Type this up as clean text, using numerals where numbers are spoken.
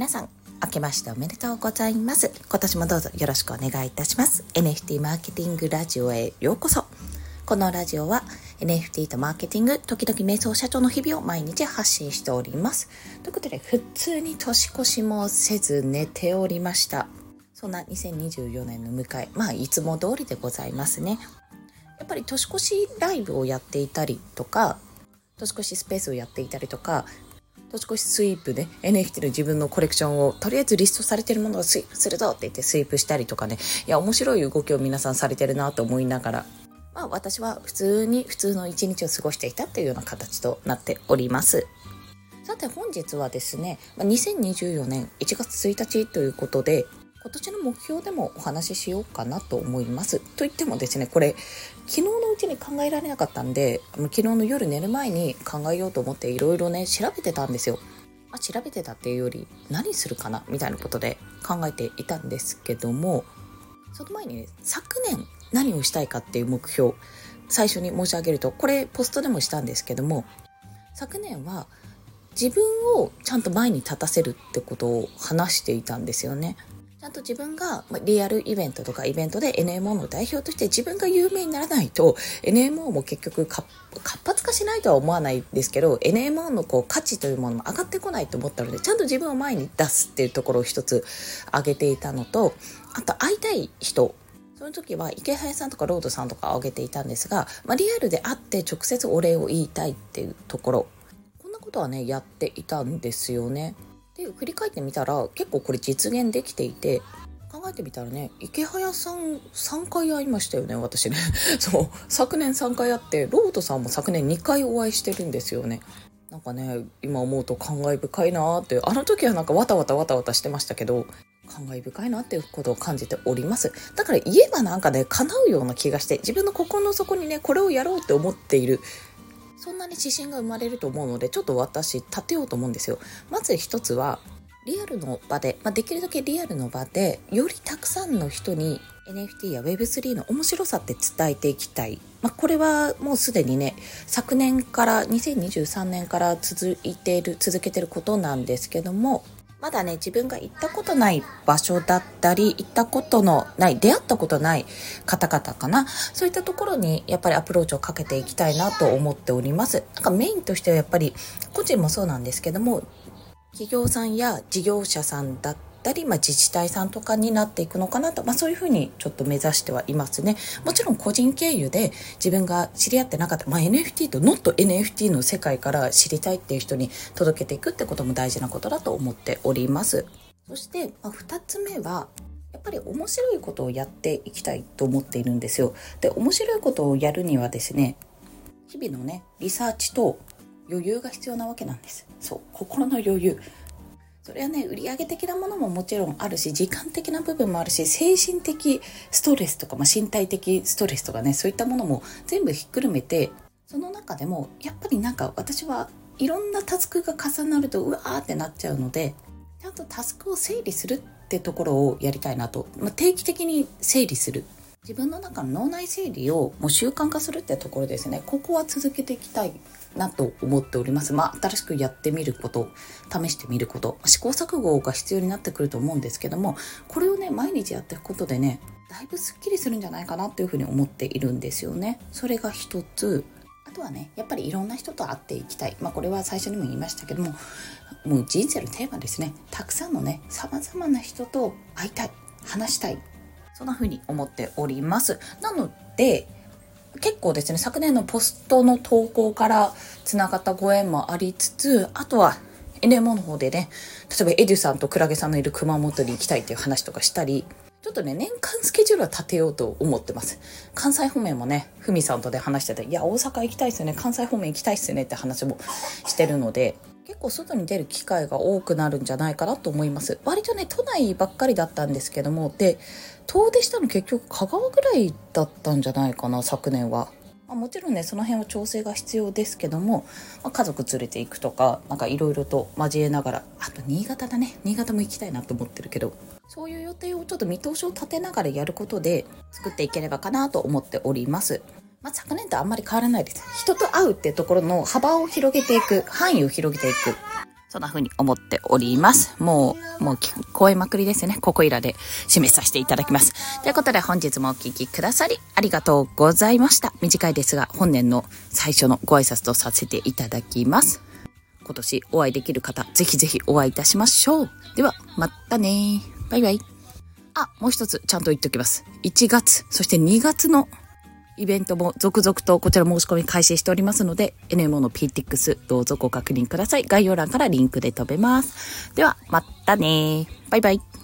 皆さん明けましておめでとうございます。今年もどうぞよろしくお願いいたします。 NFT マーケティングラジオへようこそ。このラジオは NFT とマーケティング、時々瞑想社長の日々を毎日発信しております。ということで、普通に年越しもせず寝ておりました。そんな2024年の迎え、いつも通りでございますね。やっぱり年越しライブをやっていたりとか、年越しスペースをやっていたりとか、年越しスイープで NFT の自分のコレクションをとりあえずリストされているものをスイープするぞって言ってスイープしたりとかね、面白い動きを皆さんされてるなと思いながら、私は普通の一日を過ごしていたというような形となっております。さて本日はですね、2024年1月1日ということで、今年の目標でもお話ししようかなと思います。といってもですね、これ昨日のうちに考えられなかったんで、昨日の夜寝る前に考えようと思っていろいろね調べてたんですよ。調べてたっていうより何するかなみたいなことで考えていたんですけども、その前にね、昨年何をしたいかっていう目標、最初に申し上げると、これポストでもしたんですけども、昨年は自分をちゃんと前に立たせるってことを話していたんですよね。ちゃんと自分がリアルイベントとかイベントで NMO の代表として自分が有名にならないと NMO も結局活発化しないとは思わないですけど、 NMO の価値というものも上がってこないと思ったので、ちゃんと自分を前に出すっていうところを一つ挙げていたのと、あと会いたい人、その時は池早さんとかロードさんとか挙げていたんですが、リアルで会って直接お礼を言いたいっていうところ、こんなことはねやっていたんですよね。で振り返ってみたら結構これ実現できていて、考えてみたらね、池早さん3回会いましたよね、私ねそう昨年3回会って、ロードさんも昨年2回お会いしてるんですよね。なんかね、今思うと感慨深いなって、あの時はなんかわたわたしてましたけど、感慨深いなっていうことを感じております。だから言えばなんかね叶うような気がして、自分の心の底にねこれをやろうって思っている、そんなに自信が生まれると思うので、ちょっと私立てようと思うんですよ。まず一つはリアルの場で、できるだけリアルの場でよりたくさんの人に NFT や Web3 の面白さって伝えていきたい。これはもうすでにね、昨年から2023年から続けてることなんですけども、まだね自分が行ったことない場所だったり、行ったことのない出会ったことない方々かな、そういったところにやっぱりアプローチをかけていきたいなと思っております。なんかメインとしてはやっぱり個人もそうなんですけども、企業さんや事業者さんだったり、自治体さんとかになっていくのかなと、そういうふうにちょっと目指してはいますね。もちろん個人経由で自分が知り合ってなかった、NFT と Not NFT の世界から知りたいっていう人に届けていくってことも大事なことだと思っております。そして、2つ目はやっぱり面白いことをやっていきたいと思っているんですよ。で、面白いことをやるにはですね、日々のねリサーチと余裕が必要なわけなんです。そう、心の余裕。それはね、売上的なものももちろんあるし、時間的な部分もあるし、精神的ストレスとか、身体的ストレスとかね、そういったものも全部ひっくるめて、その中でもやっぱりなんか私はいろんなタスクが重なるとうわーってなっちゃうので、ちゃんとタスクを整理するってところをやりたいなと、定期的に整理する、自分の中の脳内整理をもう習慣化するってところですね。ここは続けていきたいなと思っております。新しくやってみること、試してみること、試行錯誤が必要になってくると思うんですけども、これをね毎日やっていくことでね、だいぶスッキリするんじゃないかなというふうに思っているんですよね。それが一つ。あとはね、やっぱりいろんな人と会っていきたい。これは最初にも言いましたけども、もう人生のテーマですね。たくさんのね様々な人と会いたい、話したい、そんな風に思っております。なので結構ですね、昨年のポストの投稿からつながったご縁もありつつ、あとは NMO の方でね、例えばエデュさんとクラゲさんのいる熊本に行きたいっていう話とかしたり、ちょっとね年間スケジュールは立てようと思ってます。関西方面もね、ふみさんとで話してて、大阪行きたいっすよね、関西方面行きたいっすよねって話もしてるので、結構外に出る機会が多くなるんじゃないかなと思います。割とね都内ばっかりだったんですけども、で遠出したの結局香川ぐらいだったんじゃないかな、昨年は。もちろんねその辺は調整が必要ですけども、家族連れて行くとか、なんかいろいろと交えながら、あと新潟だね、新潟も行きたいなと思ってるけど、そういう予定をちょっと見通しを立てながらやることで作っていければかなと思っております。昨年とあんまり変わらないです。人と会うってところの幅を広げていく、範囲を広げていく、 そんな風に思っております。もう聞こえまくりですね。ここいらで締めさせていただきます。ということで本日もお聞きくださりありがとうございました。短いですが本年の最初のご挨拶とさせていただきます。今年お会いできる方、ぜひぜひお会いいたしましょう。では、またね。バイバイ。もう一つちゃんと言っておきます。1月、そして2月のイベントも続々とこちら申し込み開始しておりますので、NMO の PTX どうぞご確認ください。概要欄からリンクで飛べます。では、またね。バイバイ。